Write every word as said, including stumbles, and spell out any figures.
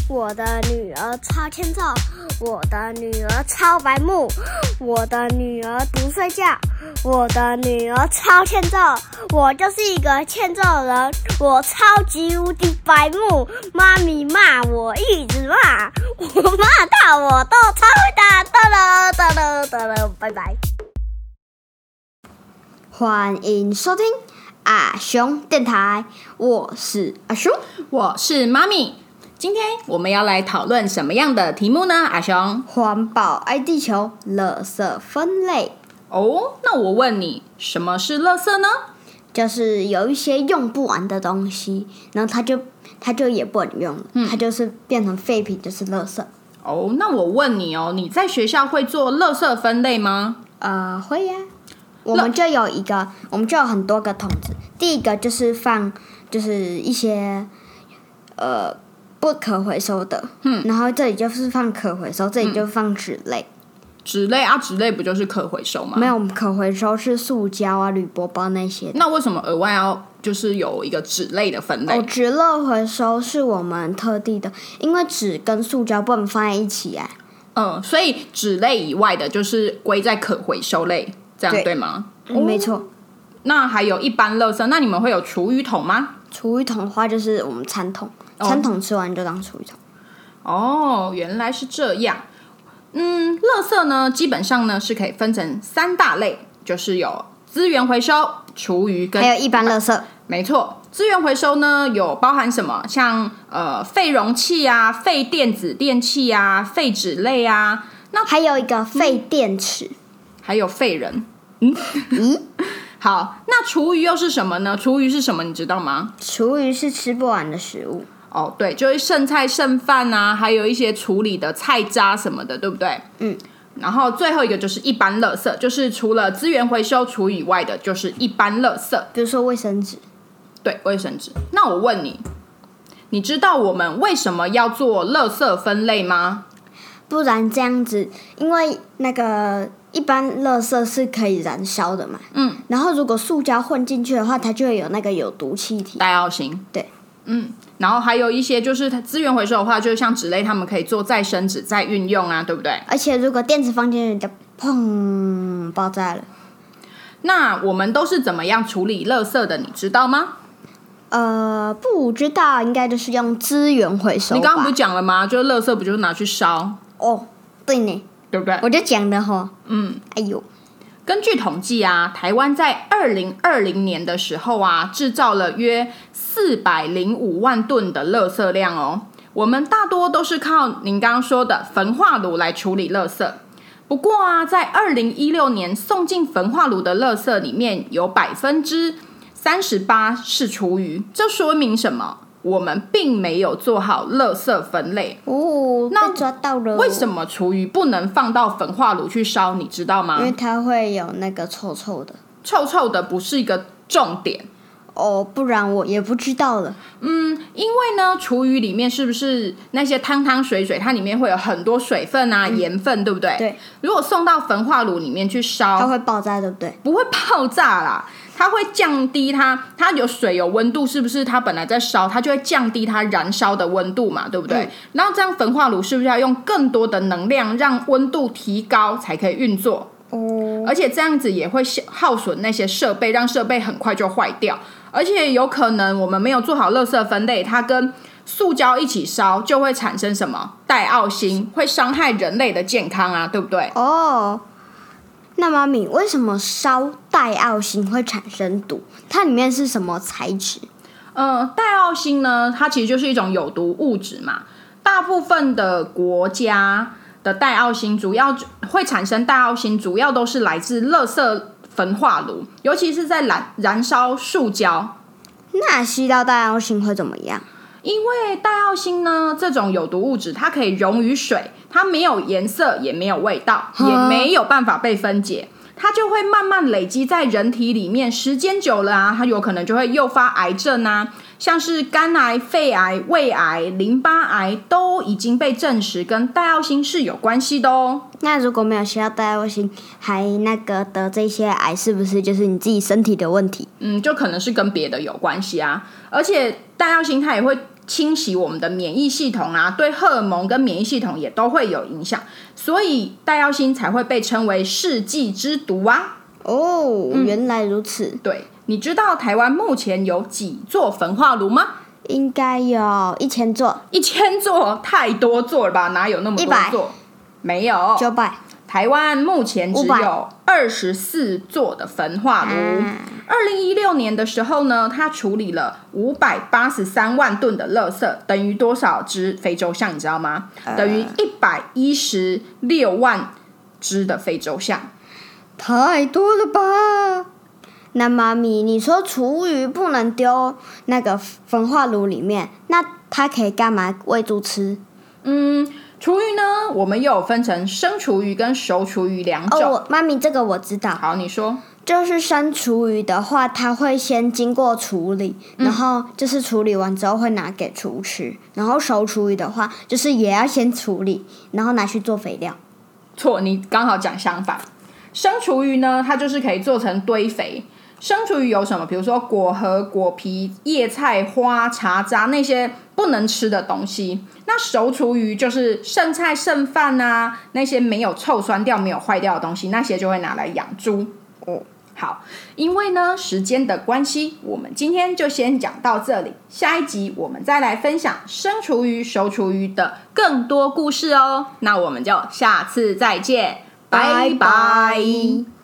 我的女儿超欠揍，我的女儿超白目，我的女儿不睡觉，我的女儿超欠揍，我就是一个欠揍人，我超级无敌白目，妈咪骂我一直骂，我骂到我都超会打，哒了哒了哒了，拜拜。欢迎收听阿雄电台，我是阿雄， 我是妈咪。今天我们要来讨论什么样的题目呢？阿雄， 环保爱地球，垃圾分类。 哦，那我问你，什么是垃圾呢？ 就是有一些用不完的东西，然后它就它就也不能用了，嗯、它就是变成废品，就是垃圾。 哦，那我问你哦，你在学校会做垃圾分类吗？ 呃，会呀、啊。我们就有一个，我们就有很多个桶子。第一个就是放，就是一些呃不可回收的，嗯，然后这里就是放可回收，这里就放纸类。 纸类啊，纸类不就是可回收吗？ 没有，可回收是塑胶啊、铝箔包那些的。 那为什么额外要就是有一个纸类的分类？ 哦，纸类回收是我们特地的，因为纸跟塑胶不能放在一起啊。 嗯，所以纸类以外的，就是归在可回收类。这样 对, 对吗？ 嗯，没错。 那还有一般垃圾，那你们会有厨余桶吗？ 厨余桶的话，就是我们餐桶，哦、餐桶吃完就当厨余桶。 哦，原来是这样。嗯，垃圾呢，基本上呢是可以分成三大类，就是有资源回收、厨余跟还有一般垃圾。 没错，资源回收呢有包含什么？像呃废容器啊、废电子电器啊、废纸类啊，那还有一个废电池。嗯还有废人，嗯嗯，好，那厨余又是什么呢？厨余是什么？你知道吗？ 厨余是吃不完的食物。 哦，对，就是剩菜剩饭啊，还有一些处理的菜渣什么的，对不对？嗯。然后最后一个就是一般垃圾，就是除了资源回收厨余以外的，就是一般垃圾， 比如说卫生纸。对， 卫生纸。那我问你，你知道我们为什么要做垃圾分类吗？ 不然这样子，因为那个。一般垃圾是可以燃烧的嘛，嗯，然后如果塑胶混进去的话，它就会有那个有毒气体， 戴奥辛， 对， 嗯，然后还有一些就是资源回收的话，就是像纸类，他们可以做再生纸、再运用啊，对不对？ 而且如果电池放进去，就砰爆炸了。 那我们都是怎么样处理垃圾的？你知道吗？ 呃，不知道，应该就是用资源回收吧。 你刚刚不是讲了吗？就是垃圾不就是拿去烧？ 哦，对呢。 对不对？ 我就讲的齁， 嗯， 哎呦， 根据统计啊，台湾在二零二零年的时候啊，制造了约四百零五万吨的垃圾量哦。我们大多都是靠您刚刚说的焚化炉来处理垃圾。不过啊，在二零一六年送进焚化炉的垃圾里面有百分之三十八是厨余，这说明什么？我们并没有做好垃圾分类哦，那被抓到了。 为什么厨余不能放到焚化炉去烧？你知道吗？ 因为它会有那个臭臭的。 臭臭的不是一个重点哦，不然我也不知道了。 嗯，因为呢，厨余里面是不是那些汤汤水水，它里面会有很多水分啊、嗯、盐分，对不对？ 对。 如果送到焚化炉里面去烧， 它会爆炸，对不对？ 不会爆炸啦。它会降低它，它有水有温度，是不是？它本来在烧，它就会降低它燃烧的温度嘛，对不对？嗯、然后这样焚化炉是不是要用更多的能量，让温度提高才可以运作？哦，而且这样子也会耗损那些设备，让设备很快就坏掉。而且有可能我们没有做好垃圾分类，它跟塑胶一起烧，就会产生什么戴奥辛，会伤害人类的健康啊，对不对？ 哦。那妈咪，为什么烧戴奥辛会产生毒？它里面是什么材质？ 呃，戴奥辛呢，它其实就是一种有毒物质嘛。大部分的国家的戴奥辛主要会产生戴奥辛，主要都是来自垃圾焚化炉，尤其是在燃燃烧塑胶。 那吸到戴奥辛会怎么样？ 因为戴奥辛呢，这种有毒物质，它可以溶于水，它没有颜色，也没有味道，也没有办法被分解，它就会慢慢累积在人体里面，时间久了啊，它有可能就会诱发癌症啊，像是肝癌、肺癌、胃癌、淋巴癌都已经被证实跟戴奥辛是有关系的哦。 那如果没有吸到戴奥辛，还那个得这些癌，是不是就是你自己身体的问题？ 嗯，就可能是跟别的有关系啊。而且戴奥辛它也会侵袭我们的免疫系统啊，对荷尔蒙跟免疫系统也都会有影响，所以带药锌才会被称为世纪之毒啊。 哦， 嗯、 原来如此。 对，你知道台湾目前有几座焚化炉吗？ 应该有一千座。 一千座太多座了吧？哪有那么多座？没有， 九百。 台湾目前只有二十四座的焚化炉。二零一六年的时候呢，它处理了五百八十三万吨的垃圾，等于多少只非洲象？你知道吗？呃、等于一百一十六万只的非洲象。 太多了吧？那妈咪，你说厨余不能丢那个焚化炉里面，那它可以干嘛喂猪吃？ 嗯，厨余呢，我们又有分成生厨余跟熟厨余两种。 哦，妈咪，这个我知道。 好，你说。 就是生厨余的话，它会先经过处理，然后就是处理完之后会拿给猪吃。然后熟厨余的话，就是也要先处理，然后拿去做肥料。 错，你刚好讲相反。生厨余呢，它就是可以做成堆肥。生厨余有什么？比如说果核、果皮、叶菜花、茶渣那些不能吃的东西。那熟厨余就是剩菜剩饭啊，那些没有臭酸掉、没有坏掉的东西，那些就会拿来养猪。哦，好，因为呢时间的关系，我们今天就先讲到这里。下一集我们再来分享生厨余、熟厨余的更多故事哦。那我们就下次再见，拜拜。